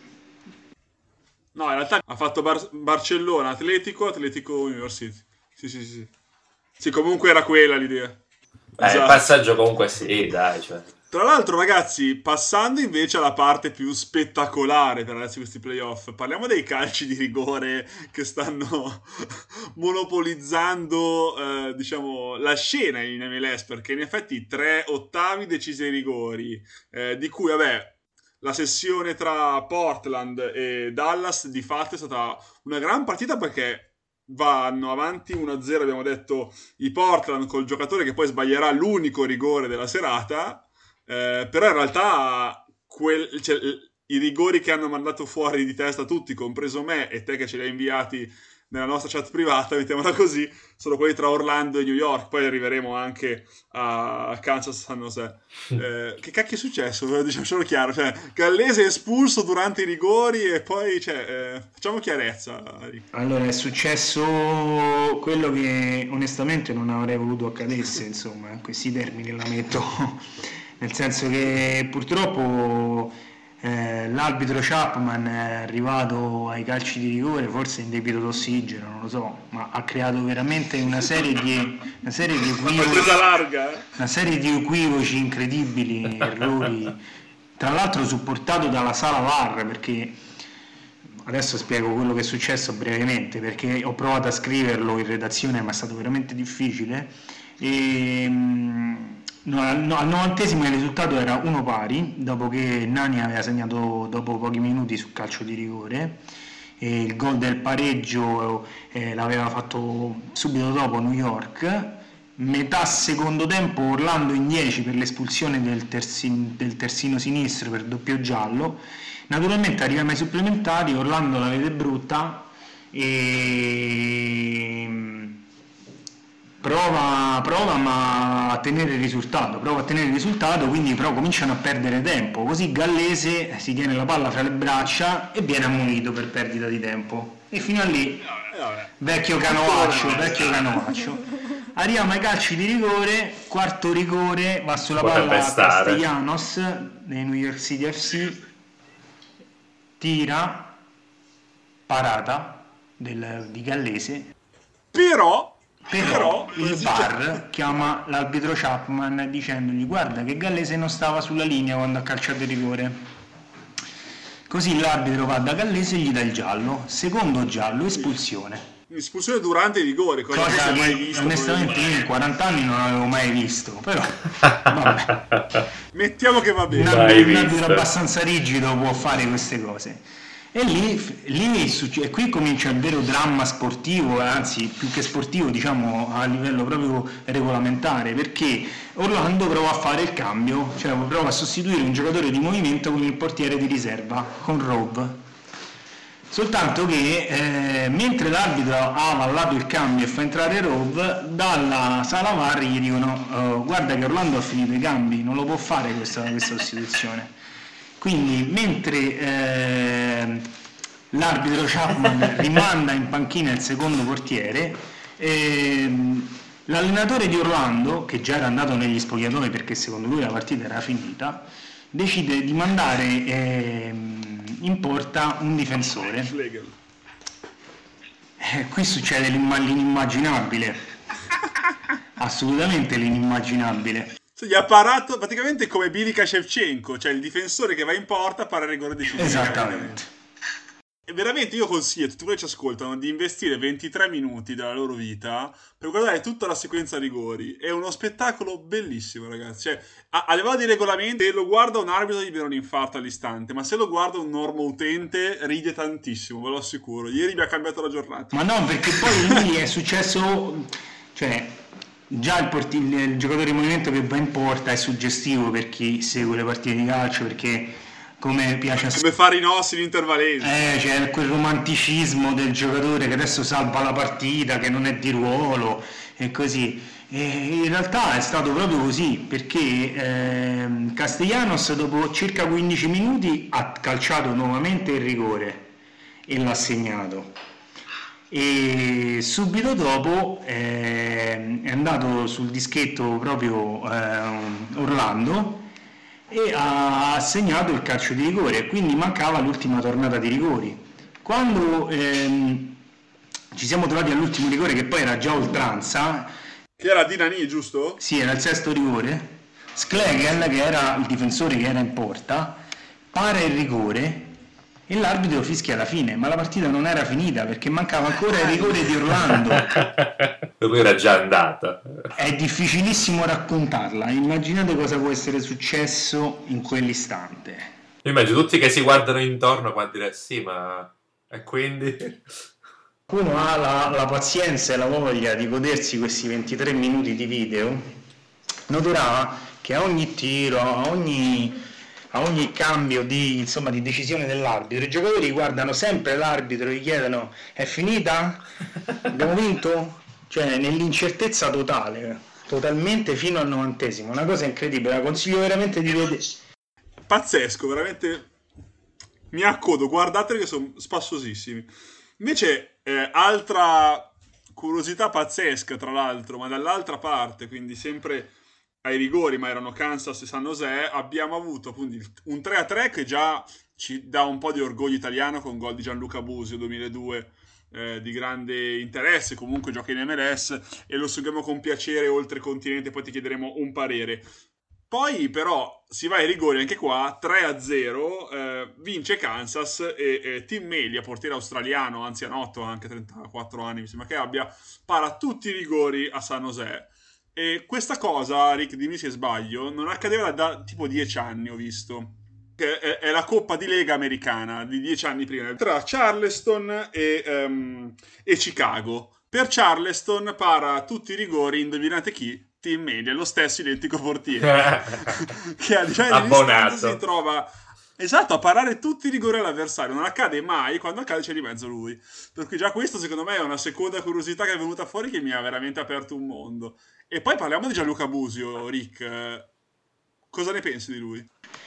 A: No, in realtà ha fatto Bar- Barcellona, Atletico, Atletico University. Sì, sì, sì. Sì, comunque era quella l'idea.
B: Beh,
A: Esatto.
B: il passaggio comunque sì, dai, cioè.
A: Tra l'altro, ragazzi, passando invece alla parte più spettacolare per adesso questi playoff, parliamo dei calci di rigore che stanno monopolizzando, eh, diciamo, la scena in M L S, perché in effetti tre ottavi decisi ai rigori, eh, di cui, vabbè, la sessione tra Portland e Dallas di fatto è stata una gran partita perché vanno avanti uno a zero, abbiamo detto, i Portland col giocatore che poi sbaglierà l'unico rigore della serata. Eh, però in realtà quel, cioè, i rigori che hanno mandato fuori di testa tutti, compreso me e te che ce li hai inviati nella nostra chat privata, mettiamola così, sono quelli tra Orlando e New York. Poi arriveremo anche a Kansas San Jose. Eh, che cacchio è successo? Diciamocelo chiaro, cioè, Gallese è espulso durante i rigori e poi cioè, eh, facciamo chiarezza.
C: Allora, è successo quello che onestamente non avrei voluto accadesse, insomma, in questi termini la metto, nel senso che purtroppo eh, l'arbitro Chapman è arrivato ai calci di rigore, forse in debito d'ossigeno, non lo so, ma ha creato veramente una serie di, una serie di equivoci,
A: larga, eh?
C: una serie di equivoci incredibili, errori, tra l'altro supportato dalla sala V A R, perché adesso spiego quello che è successo brevemente, perché ho provato a scriverlo in redazione ma è stato veramente difficile. E, no, al novantesimo il risultato era uno pari, dopo che Nani aveva segnato dopo pochi minuti sul calcio di rigore, e il gol del pareggio eh, l'aveva fatto subito dopo New York. Metà secondo tempo Orlando in dieci per l'espulsione del, terzi, del terzino sinistro per doppio giallo. Naturalmente arriviamo ai supplementari, Orlando la vede brutta e prova, prova ma a tenere il risultato, prova a tenere il risultato, quindi però cominciano a perdere tempo, così Gallese si tiene la palla fra le braccia e viene ammonito per perdita di tempo. E fino a lì, vecchio canovaccio, vecchio canovaccio. Arriviamo ai calci di rigore, quarto rigore, va sulla
B: Potrebbe
C: palla
B: stare.
C: Castellanos dei New York City F C, tira, parata del, di Gallese,
A: Però,
C: però,
A: però
C: il V A R chiama l'arbitro Chapman dicendogli guarda che Gallese non stava sulla linea quando ha calciato il rigore. Così l'arbitro va da Gallese e gli dà il giallo, secondo giallo, espulsione.
A: espulsione durante i rigori, cosa,
C: Cosa
A: che non si è mai
C: che
A: visto.
C: onestamente io in quaranta anni non avevo mai visto, però vabbè.
A: Mettiamo che va
C: Un
A: bene.
B: Mai
C: arbitro, un arbitro
B: visto.
C: abbastanza rigido può fare queste cose. E lì, lì succe- e qui comincia il vero dramma sportivo, anzi più che sportivo diciamo a livello proprio regolamentare, perché Orlando prova a fare il cambio, cioè prova a sostituire un giocatore di movimento con il portiere di riserva, con Rove. Soltanto che eh, mentre l'arbitro ha avallato il cambio e fa entrare Rove, dalla sala V A R gli dicono oh, guarda che Orlando ha finito i cambi, non lo può fare questa, questa sostituzione. Quindi mentre eh, l'arbitro Chapman rimanda in panchina il secondo portiere, eh, l'allenatore di Orlando, che già era andato negli spogliatoi perché secondo lui la partita era finita, decide di mandare eh, in porta un difensore.
A: Schlegel.
C: Eh, qui succede l'imma- l'inimmaginabile, assolutamente l'inimmaginabile.
A: Cioè, gli ha parato praticamente come Bilica Shevchenko, cioè il difensore che va in porta para il rigore decisivo.
C: Esattamente.
A: E veramente io consiglio a tutti quelli che ci ascoltano di investire ventitré minuti della loro vita per guardare tutta la sequenza rigori. È uno spettacolo bellissimo, ragazzi. Cioè, a, a livello di regolamenti, se lo guarda un arbitro gli viene un infarto all'istante, ma se lo guarda un normo utente ride tantissimo, ve lo assicuro. Ieri mi ha cambiato la giornata.
C: Ma no, perché poi lì è successo, cioè già il, porti- il giocatore di movimento che va in porta è suggestivo per chi segue le partite di calcio, perché come piace a
A: Come fare i nostri in intervalenza.
C: Eh, c'è quel romanticismo del giocatore che adesso salva la partita, che non è di ruolo e così. E in realtà è stato proprio così, perché ehm, Castellanos dopo circa quindici minuti ha calciato nuovamente il rigore e l'ha segnato. E subito dopo ehm, è andato sul dischetto proprio ehm, Orlando e ha segnato il calcio di rigore, quindi mancava l'ultima tornata di rigori. Quando ehm, ci siamo trovati all'ultimo rigore, che poi era già oltranza,
A: Che era di Nani, giusto?
C: sì, era il sesto rigore, Schlegel, che era il difensore che era in porta, para il rigore e l'arbitro fischia alla fine, ma la partita non era finita perché mancava ancora il rigore di Orlando.
B: Lui era già andata.
C: È difficilissimo raccontarla, immaginate cosa può essere successo in quell'istante.
B: Io immagino tutti che si guardano intorno qua a dire sì, ma e quindi
C: Uno ha la, la pazienza e la voglia di godersi questi ventitré minuti di video, noterà che a ogni tiro, a ogni, a ogni cambio di, insomma, di decisione dell'arbitro, i giocatori guardano sempre l'arbitro e gli chiedono è finita? Abbiamo vinto? Cioè nell'incertezza totale, totalmente fino al novantesimo, una cosa incredibile, la consiglio veramente di vedere.
A: Pazzesco, veramente mi accodo, guardateli che sono spassosissimi. Invece eh, altra curiosità pazzesca, tra l'altro, ma dall'altra parte, quindi sempre ai rigori, ma erano Kansas e San José. Abbiamo avuto appunto un tre a tre che già ci dà un po' di orgoglio italiano, con gol di Gianluca Busio duemiladue, eh, di grande interesse, comunque gioca in M L S e lo seguiamo con piacere oltre continente, poi ti chiederemo un parere. Poi però si va ai rigori anche qua, tre a zero, eh, vince Kansas e eh, Tim Melia, portiere australiano, anzianotto, anche trentaquattro anni mi sembra che abbia, para tutti i rigori a San José. E questa cosa, Rick, dimmi se sbaglio, non accadeva da, da tipo dieci anni, ho visto. Che è, è la Coppa di Lega americana di dieci anni prima, tra Charleston e, um, e Chicago. Per Charleston para tutti i rigori, indovinate chi? Tim Melia, lo stesso identico portiere che a diciamo,
B: abbonato
A: si trova esatto a parare tutti i rigori all'avversario. Non accade mai, quando accade c'è di mezzo lui, per cui già questo secondo me è una seconda curiosità che è venuta fuori, che mi ha veramente aperto un mondo. E poi parliamo di Gianluca Busio. Rick, cosa ne pensi di lui?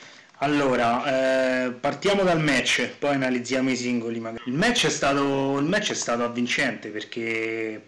C: Allora, eh, partiamo dal match, poi analizziamo i singoli magari. Il match è stato, il match è stato avvincente, perché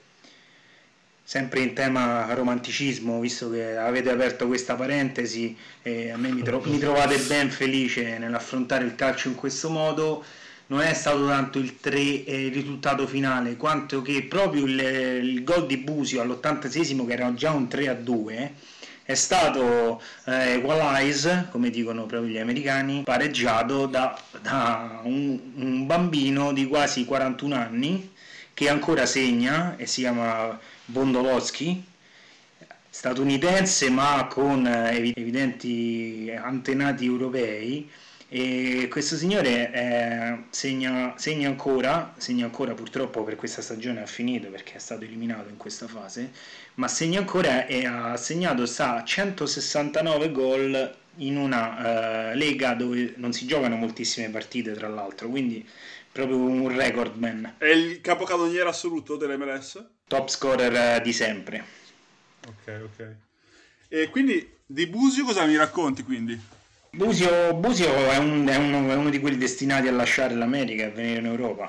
C: sempre in tema romanticismo, visto che avete aperto questa parentesi, eh, a me mi, tro- mi trovate ben felice nell'affrontare il calcio in questo modo. Non è stato tanto il tre eh, il risultato finale, quanto che proprio il, il gol di Busio all'ottantaseiesimo, che era già un tre a due, è stato eh, equalize, come dicono proprio gli americani, pareggiato da, da un, un bambino di quasi quarantuno anni che ancora segna e si chiama Bondolowski, statunitense ma con evidenti antenati europei. E questo signore eh, segna, segna ancora, segna ancora purtroppo per questa stagione ha finito perché è stato eliminato in questa fase, ma segna ancora e ha segnato sta centosessantanove gol in una uh, lega dove non si giocano moltissime partite, tra l'altro, quindi proprio un recordman.
A: È il capocannoniere assoluto dell'M L S?
C: Top scorer di sempre.
A: Ok, ok. E quindi di Busio cosa mi racconti quindi?
C: Busio, Busio è, un, è, uno, è uno di quelli destinati a lasciare l'America e a venire in Europa,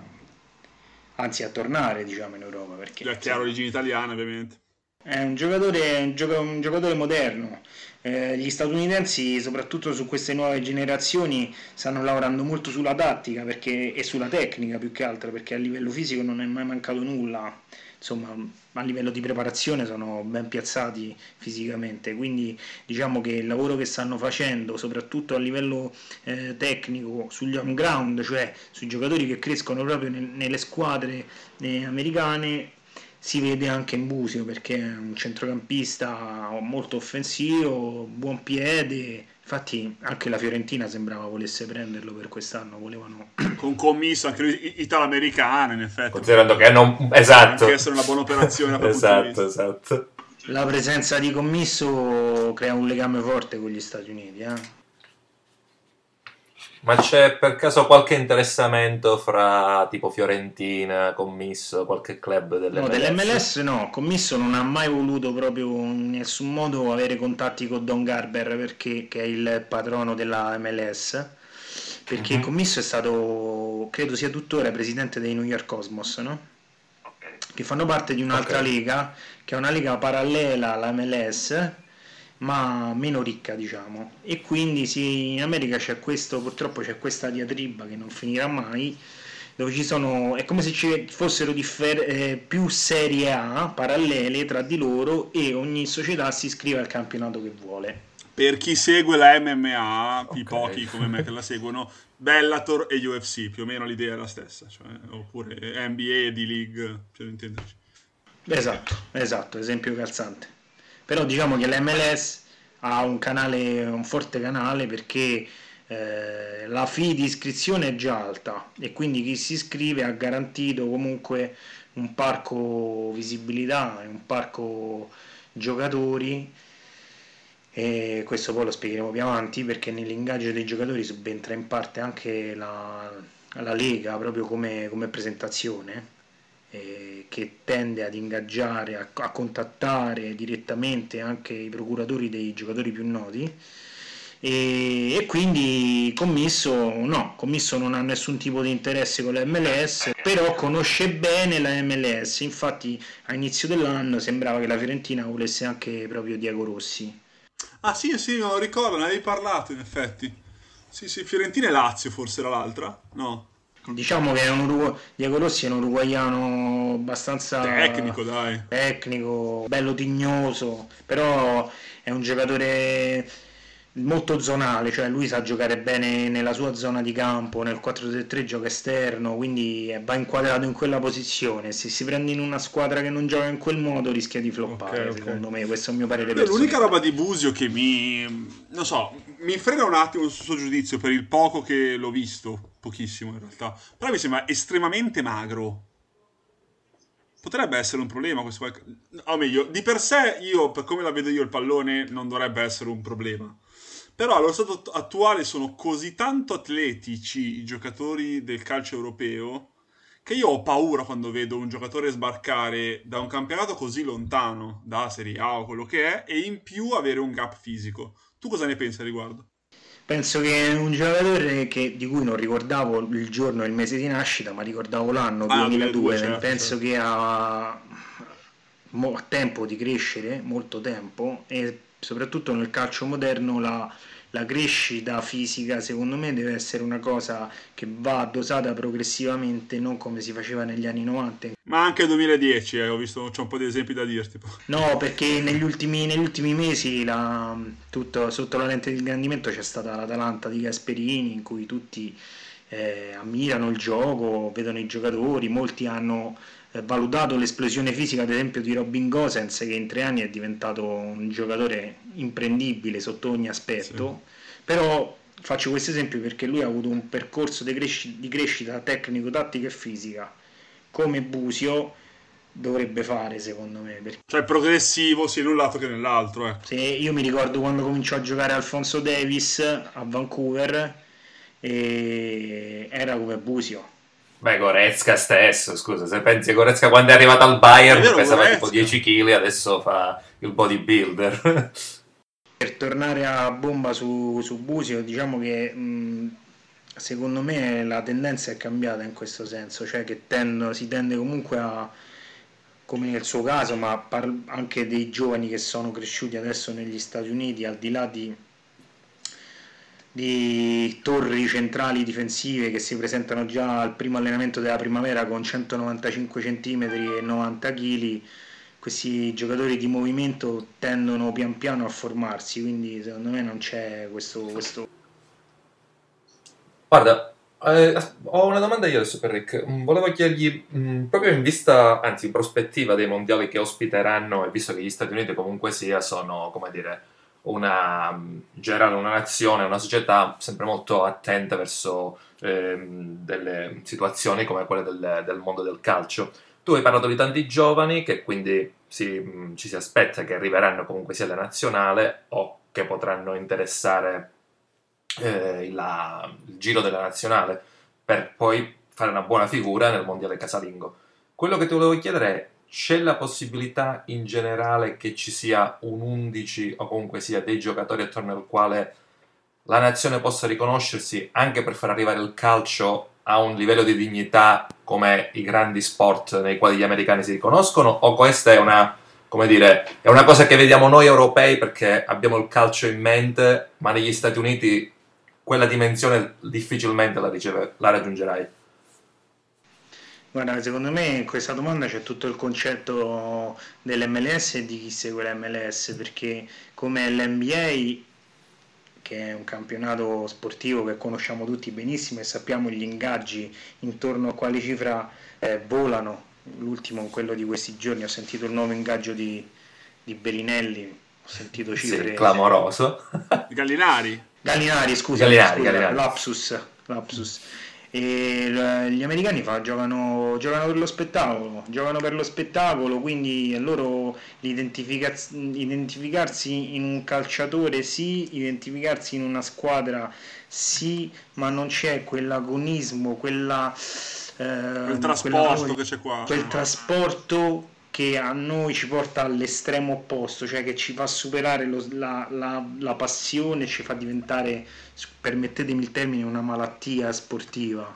C: anzi a tornare diciamo in Europa, perché
A: è chiaro, origini italiane ovviamente.
C: È un giocatore, un, gioca- un giocatore moderno. Eh, gli statunitensi, soprattutto su queste nuove generazioni, stanno lavorando molto sulla tattica perché, e sulla tecnica più che altro, perché a livello fisico non è mai mancato nulla. Insomma, a livello di preparazione sono ben piazzati fisicamente, quindi diciamo che il lavoro che stanno facendo, soprattutto a livello eh, tecnico, sugli on ground, cioè sui giocatori che crescono proprio nel, nelle squadre eh, americane, si vede anche in Busio, perché è un centrocampista molto offensivo, buon piede. Infatti anche la Fiorentina sembrava volesse prenderlo per quest'anno, volevano
A: con commisso anche lui italo-americano, in effetti,
B: considerando che non esatto,
A: anche essere una buona operazione da
B: esatto, esatto.
C: La presenza di commisso crea un legame forte con gli Stati Uniti, eh?
B: Ma c'è per caso qualche interessamento fra tipo Fiorentina, commisso, qualche club dell'M L S?
C: No, dell'M L S no, commisso non ha mai voluto proprio in nessun modo avere contatti con Don Garber, perché che è il patrono della M L S, perché uh-huh. Commisso è stato, credo sia tuttora presidente dei New York Cosmos, no? Okay. Che fanno parte di un'altra okay. lega, che è una lega parallela alla M L S, ma meno ricca, diciamo, e quindi sì, in America c'è questo, purtroppo c'è questa diatriba che non finirà mai, dove ci sono, è come se ci fossero differ- eh, più serie A parallele tra di loro e ogni società si iscrive al campionato che vuole.
A: Per chi segue la M M A, okay. I pochi come me che la seguono, Bellator e U F C, più o meno l'idea è la stessa, cioè, oppure N B A e D-League, per intenderci.
C: Esatto, esatto, esempio calzante. Però diciamo che l'M L S ha un canale, un forte canale, perché eh, la fee di iscrizione è già alta e quindi chi si iscrive ha garantito comunque un parco visibilità e un parco giocatori, e questo poi lo spiegheremo più avanti, perché nell'ingaggio dei giocatori subentra in parte anche la, la Lega proprio come, come presentazione, Eh, che tende ad ingaggiare, a, a contattare direttamente anche i procuratori dei giocatori più noti, e, e quindi Commisso no, Commisso non ha nessun tipo di interesse con la M L S, però conosce bene la M L S, infatti a inizio dell'anno sembrava che la Fiorentina volesse anche proprio Diego Rossi.
A: Ah sì, sì, me lo ricordo, ne avevi parlato in effetti. Sì, sì, Fiorentina e Lazio forse era l'altra? No.
C: Diciamo che è un Urugu- Diego Rossi è un uruguaiano abbastanza
A: Tecnico, dai.
C: tecnico, bello tignoso, però è un giocatore molto zonale, cioè lui sa giocare bene nella sua zona di campo, nel quattro tre tre gioca esterno, quindi va inquadrato in quella posizione. Se si prende in una squadra che non gioca in quel modo rischia di
A: Ok,
C: floppare,
A: ok.
C: secondo me, questo è il mio parere
A: Beh, l'unica
C: personale.
A: roba di Busio che mi, non so, mi frena un attimo sul suo giudizio per il poco che l'ho visto, pochissimo in realtà, però mi sembra estremamente magro. Potrebbe essere un problema questo, qualche- o meglio, di per sé io, per come la vedo io il pallone, non dovrebbe essere un problema. Però allo stato att- attuale sono così tanto atletici i giocatori del calcio europeo che io ho paura quando vedo un giocatore sbarcare da un campionato così lontano, da Serie A o quello che è, e in più avere un gap fisico. Tu cosa ne pensi a riguardo?
C: Penso che è un giocatore che- di cui non ricordavo il giorno e il mese di nascita, ma ricordavo l'anno
A: Ah, no, duemiladue,
C: duemiladue.
A: certo,
C: Penso
A: certo.
C: che ha mo- ha tempo di crescere, molto tempo, e soprattutto nel calcio moderno la, la crescita fisica, secondo me, deve essere una cosa che va dosata progressivamente, non come si faceva negli anni novanta.
A: Ma anche duemiladieci, eh, ho visto, c'ho un po' di esempi da dirti. Poi.
C: No, perché negli ultimi, negli ultimi mesi la- tutto- sotto la lente di ingrandimento c'è stata l'Atalanta di Gasperini, in cui tutti eh, ammirano il gioco, vedono i giocatori, molti hanno eh, valutato l'esplosione fisica, ad esempio, di Robin Gosens, che in tre anni è diventato un giocatore imprendibile sotto ogni
A: Sì.
C: aspetto. Però faccio questo esempio perché lui ha avuto un percorso di, cresci- di crescita tecnico, tattica e fisica come Busio dovrebbe fare, secondo me, perché
A: Cioè progressivo sia in un lato che nell'altro, ecco.
C: se io mi ricordo quando cominciò a giocare Alfonso Davis a Vancouver, e era come Busio.
B: Beh, Goretzka stesso, scusa, se pensi a Goretzka quando è arrivato al
A: È
B: Bayern
A: vero,
B: pesava tipo
A: Goretzka.
B: dieci chili, adesso fa il bodybuilder.
C: Per tornare a bomba su, su Busio, diciamo che mh, secondo me la tendenza è cambiata in questo senso, cioè che tendo- si tende comunque a, come nel suo caso, ma par- anche dei giovani che sono cresciuti adesso negli Stati Uniti, al di là di di torri centrali difensive che si presentano già al primo allenamento della primavera con centonovantacinque centimetri e novanta chili, questi giocatori di movimento tendono pian piano a formarsi, quindi secondo me non c'è questo, questo...
B: Guarda, eh, ho una domanda io adesso per Rick. Mm, Volevo chiedergli, mm, proprio in vista, anzi in prospettiva dei mondiali che ospiteranno, e visto che gli Stati Uniti comunque sia sono, come dire, una, mm, in generale una nazione, una società sempre molto attenta verso ehm, delle situazioni come quelle del, del mondo del calcio. Tu hai parlato di tanti giovani che quindi si- mm, ci si aspetta che arriveranno comunque sia alla nazionale o che potranno interessare eh, la- il giro della nazionale per poi fare una buona figura nel mondiale casalingo. Quello che ti volevo chiedere è: c'è la possibilità in generale che ci sia un undici o comunque sia dei giocatori attorno al quale la nazione possa riconoscersi anche per far arrivare il calcio a un livello di dignità come i grandi sport nei quali gli americani si riconoscono, o questa è una, come dire, è una cosa che vediamo noi europei perché abbiamo il calcio in mente, ma negli Stati Uniti quella dimensione difficilmente la, riceve- la raggiungerai.
C: Guarda, secondo me in questa domanda c'è tutto il concetto dell'M L S e di chi segue l'M L S, perché come l'N B A, che è un campionato sportivo che conosciamo tutti benissimo e sappiamo gli ingaggi intorno a quali cifra eh, volano. L'ultimo, quello di questi giorni, ho sentito il nuovo ingaggio di, di Bellinelli, ho sentito
B: Sì,
C: cifre...
B: clamoroso.
A: I Gallinari.
C: Gallinari, scusami,
B: Gallinari,
C: scusa,
B: Gallinari.
C: lapsus, lapsus. E l- gli americani fa- giocano, giocano per lo spettacolo, giocano per lo spettacolo, quindi a loro l'identificaz- identificarsi in un calciatore sì, identificarsi in una squadra sì, ma non c'è quell'agonismo, quella,
A: Quel
C: ehm, quella
A: trasporto
C: voglia-
A: che c'è qua.
C: quel
A: eh.
C: trasporto che che a noi ci porta all'estremo opposto, cioè che ci fa superare lo, la, la, la passione, ci fa diventare, permettetemi il termine, una malattia sportiva,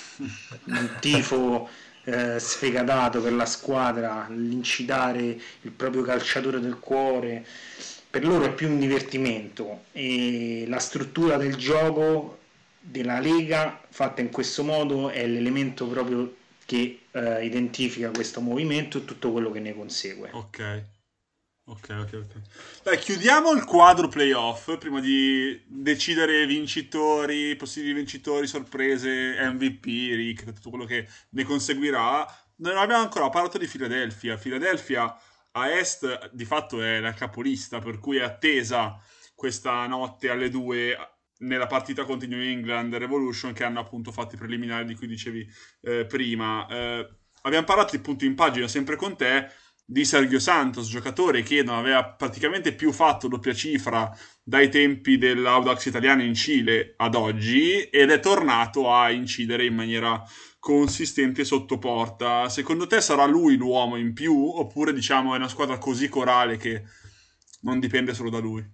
C: un tifo eh, sfegatato per la squadra, l'incitare il proprio calciatore del cuore. Per loro è più un divertimento, e la struttura del gioco della Lega fatta in questo modo è l'elemento proprio che eh, identifica questo movimento e tutto quello che ne consegue.
A: Ok, ok, ok, ok. Dai, chiudiamo il quadro playoff prima di decidere vincitori, possibili vincitori, sorprese, M V P, Rick, tutto quello che ne conseguirà. Non abbiamo ancora parlato di Philadelphia. Philadelphia a est di fatto è la capolista, per cui è attesa questa notte alle due nella partita contro New England Revolution, che hanno appunto fatto i preliminari di cui dicevi eh, prima. Eh, abbiamo parlato di punto in pagina sempre con te di Sergio Santos, giocatore che non aveva praticamente più fatto doppia cifra dai tempi dell'Audax Italiano in Cile ad oggi, ed è tornato a incidere in maniera consistente sotto porta. Secondo te sarà lui l'uomo in più, oppure diciamo è una squadra così corale che non dipende solo da lui?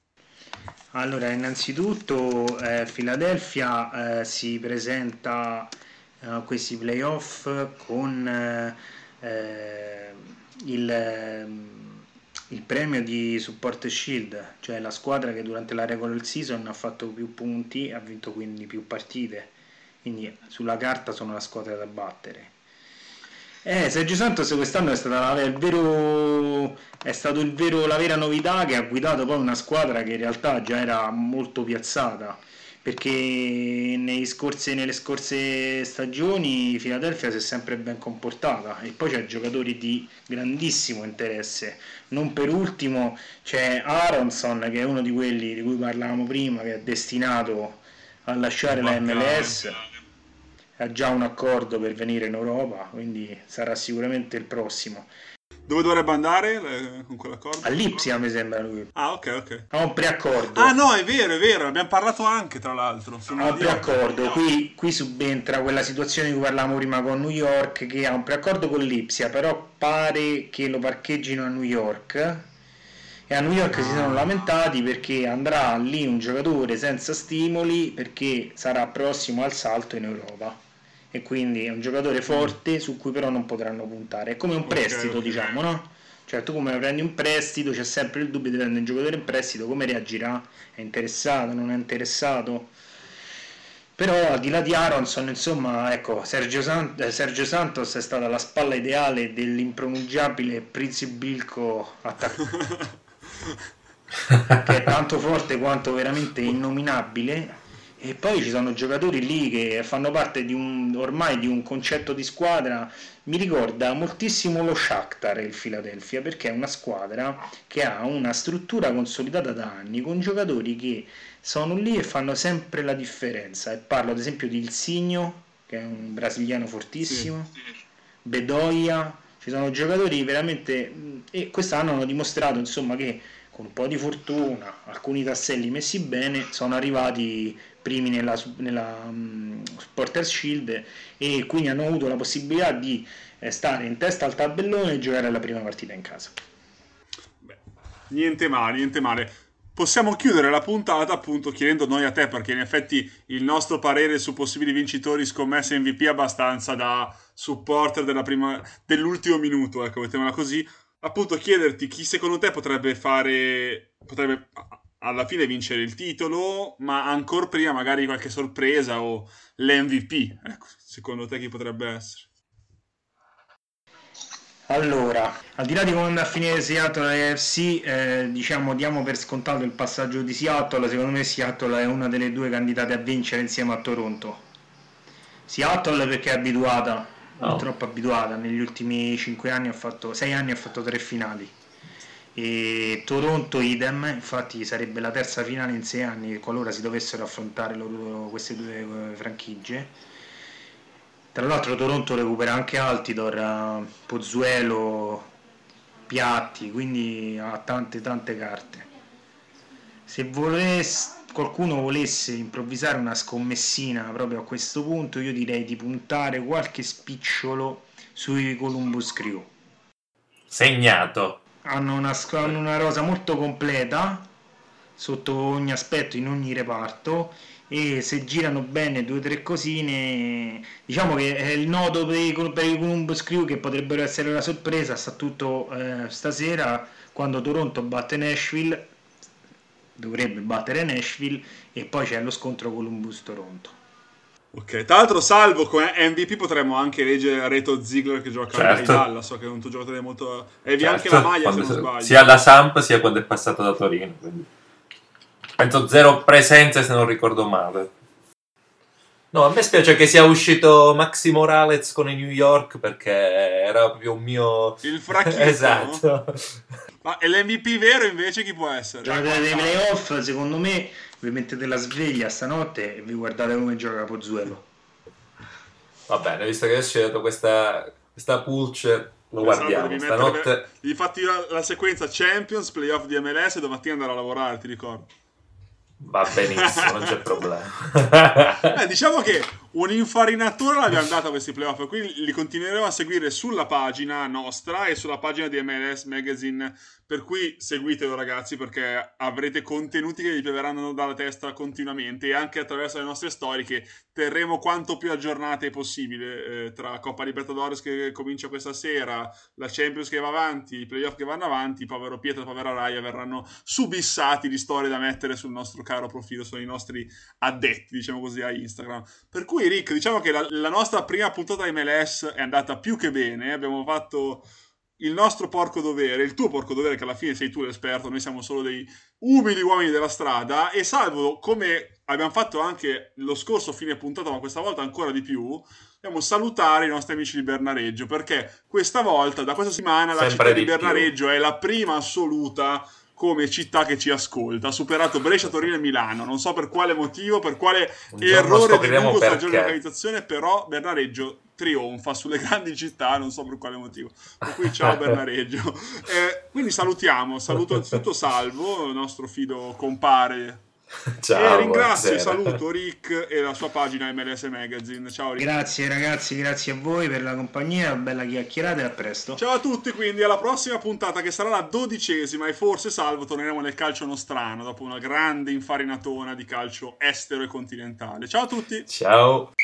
C: Allora, innanzitutto eh, Philadelphia eh, si presenta a eh, questi playoff con eh, eh, il, il premio di Support Shield, cioè la squadra che durante la regular season ha fatto più punti e ha vinto quindi più partite, quindi sulla carta sono la squadra da battere. Eh, Sergio Santos quest'anno è, stata la, il vero, è stato il vero, la vera novità, che ha guidato poi una squadra che in realtà già era molto piazzata, perché nei scorse, nelle scorse stagioni Philadelphia si è sempre ben comportata, e poi c'è giocatori di grandissimo interesse. Non per ultimo c'è Aronson, che è uno di quelli di cui parlavamo prima, che è destinato a lasciare la M L S, ha già un accordo per venire in Europa, quindi sarà sicuramente il prossimo.
A: Dove dovrebbe andare eh, con quell'accordo?
C: All'Ipsia mi sembra lui.
A: Ah, ok, ok.
C: Ha un preaccordo.
A: Ah no, è vero, è vero, abbiamo parlato anche tra l'altro.
C: Ha un preaccordo, qui, qui subentra quella situazione di cui parlavamo prima con New York, che ha un preaccordo con l'Ipsia, però pare che lo parcheggino a New York, e a New York si sono lamentati perché andrà lì un giocatore senza stimoli, perché sarà prossimo al salto in Europa, e quindi è un giocatore forte su cui però non potranno puntare. È come un prestito, okay, diciamo, no? Cioè tu come prendi un prestito, c'è sempre il dubbio di prendere un giocatore in prestito, come reagirà? È interessato, non è interessato? Però al di là di Aronson, insomma, ecco, Sergio, Sant- Sergio Santos è stata la spalla ideale dell'impronunciabile Principe Bilko attaccante, che è tanto forte quanto veramente innominabile. E poi ci sono giocatori lì che fanno parte di un, ormai di un concetto di squadra. Mi ricorda moltissimo lo Shakhtar il Philadelphia, perché è una squadra che ha una struttura consolidata da anni, con giocatori che sono lì e fanno sempre la differenza. E parlo ad esempio di Ilsinho, che è un brasiliano fortissimo, sì, sì. Bedoya, ci sono giocatori veramente, e quest'anno hanno dimostrato insomma che con un po' di fortuna, alcuni tasselli messi bene, sono arrivati primi nella, nella um, Supporters Shield, e quindi hanno avuto la possibilità di eh, stare in testa al tabellone e giocare la prima partita in casa.
A: Beh, niente male, niente male. Possiamo chiudere la puntata appunto chiedendo noi a te, perché in effetti il nostro parere su possibili vincitori, scommesse M V P abbastanza da supporter della prima, dell'ultimo minuto, ecco, mettiamola così. Appunto chiederti chi secondo te potrebbe fare, potrebbe alla fine vincere il titolo, ma ancora prima magari qualche sorpresa o l'M V P. Ecco, secondo te chi potrebbe essere?
C: Allora, al di là di come andrà a finire Seattle e A F C, eh, diciamo diamo per scontato il passaggio di Seattle. Secondo me Seattle è una delle due candidate a vincere insieme a Toronto. Seattle perché è abituata, oh. troppo abituata, negli ultimi cinque anni ha fatto, sei anni ha fatto tre finali. E Toronto idem, infatti sarebbe la terza finale in sei anni qualora si dovessero affrontare loro, queste due franchigie. Tra l'altro Toronto recupera anche Altidor, Pozzuelo, Piatti, quindi ha tante tante carte. Se volesse, qualcuno volesse improvvisare una scommessina proprio a questo punto, io direi di puntare qualche spicciolo sui Columbus Crew.
B: Segnato.
C: Hanno una, hanno una rosa molto completa sotto ogni aspetto, in ogni reparto, e se girano bene due o tre cosine, diciamo che è il nodo per i, per i Columbus Crew che potrebbero essere la sorpresa. Sta tutto eh, stasera, quando Toronto batte Nashville, dovrebbe battere Nashville, e poi c'è lo scontro Columbus-Toronto.
A: Ok, tra l'altro Salvo come M V P potremmo anche leggere Reto Ziegler che gioca
B: certo.
A: ai Dallas, so che è un tuo giocatore molto... E vi
B: certo.
A: anche la maglia
B: quando
A: se non sbaglio.
B: Sia da Samp sia quando è passato da Torino, quindi penso zero presenze se non ricordo male. No, a me spiace che sia uscito Maxi Moralez con i New York, perché era proprio un mio...
A: Il fracchito,
B: esatto.
A: No? Ma e l'M V P vero invece chi può essere?
C: Giocate dei playoff, secondo me vi mettete la sveglia stanotte e vi guardate come gioca Pozzuelo.
B: Va bene, visto che adesso c'è dato questa, questa pulce, lo
A: esatto,
B: guardiamo
A: devi
B: stanotte.
A: Mettere, devi fatti la, la sequenza Champions, playoff di M L S e domattina andare a lavorare, ti ricordo.
B: Va benissimo, non c'è problema.
A: Beh, diciamo che un'infarinatura l'abbiamo data a questi playoff, quindi li continueremo a seguire sulla pagina nostra e sulla pagina di M L S Magazine, per cui seguitelo ragazzi, perché avrete contenuti che vi pioveranno dalla testa continuamente, e anche attraverso le nostre storie che terremo quanto più aggiornate possibile, eh, tra Coppa Libertadores che comincia questa sera, la Champions che va avanti, i playoff che vanno avanti, povero Pietro e povera Raya verranno subissati di storie da mettere sul nostro caro profilo, sono i nostri addetti, diciamo così, a Instagram. Per cui Rick, diciamo che la, la nostra prima puntata di M L S è andata più che bene, abbiamo fatto il nostro porco dovere, il tuo porco dovere, che alla fine sei tu l'esperto, noi siamo solo dei umili uomini della strada, e Salvo, come abbiamo fatto anche lo scorso fine puntata, ma questa volta ancora di più, dobbiamo salutare i nostri amici di Bernareggio, perché questa volta, da questa settimana, la
B: Sempre
A: città
B: di
A: di Bernareggio più. È la prima assoluta come città che ci ascolta, ha superato Brescia, Torino e Milano, non so per quale motivo, per quale errore di Google stagione di localizzazione, però Bernareggio trionfa sulle grandi città, non so per quale motivo. Per cui ciao Bernareggio. Eh, quindi salutiamo, saluto anzitutto Salvo, il nostro fido compare.
B: Ciao,
A: e ringrazio e
B: buonasera.
A: saluto Rick e la sua pagina M L S Magazine. Ciao Rick.
C: Grazie ragazzi, grazie a voi per la compagnia, bella chiacchierata e a presto.
A: Ciao a tutti, quindi alla prossima puntata che sarà la dodicesima, e forse Salvo torneremo nel calcio nostrano dopo una grande infarinatona di calcio estero e continentale. Ciao a tutti.
B: Ciao.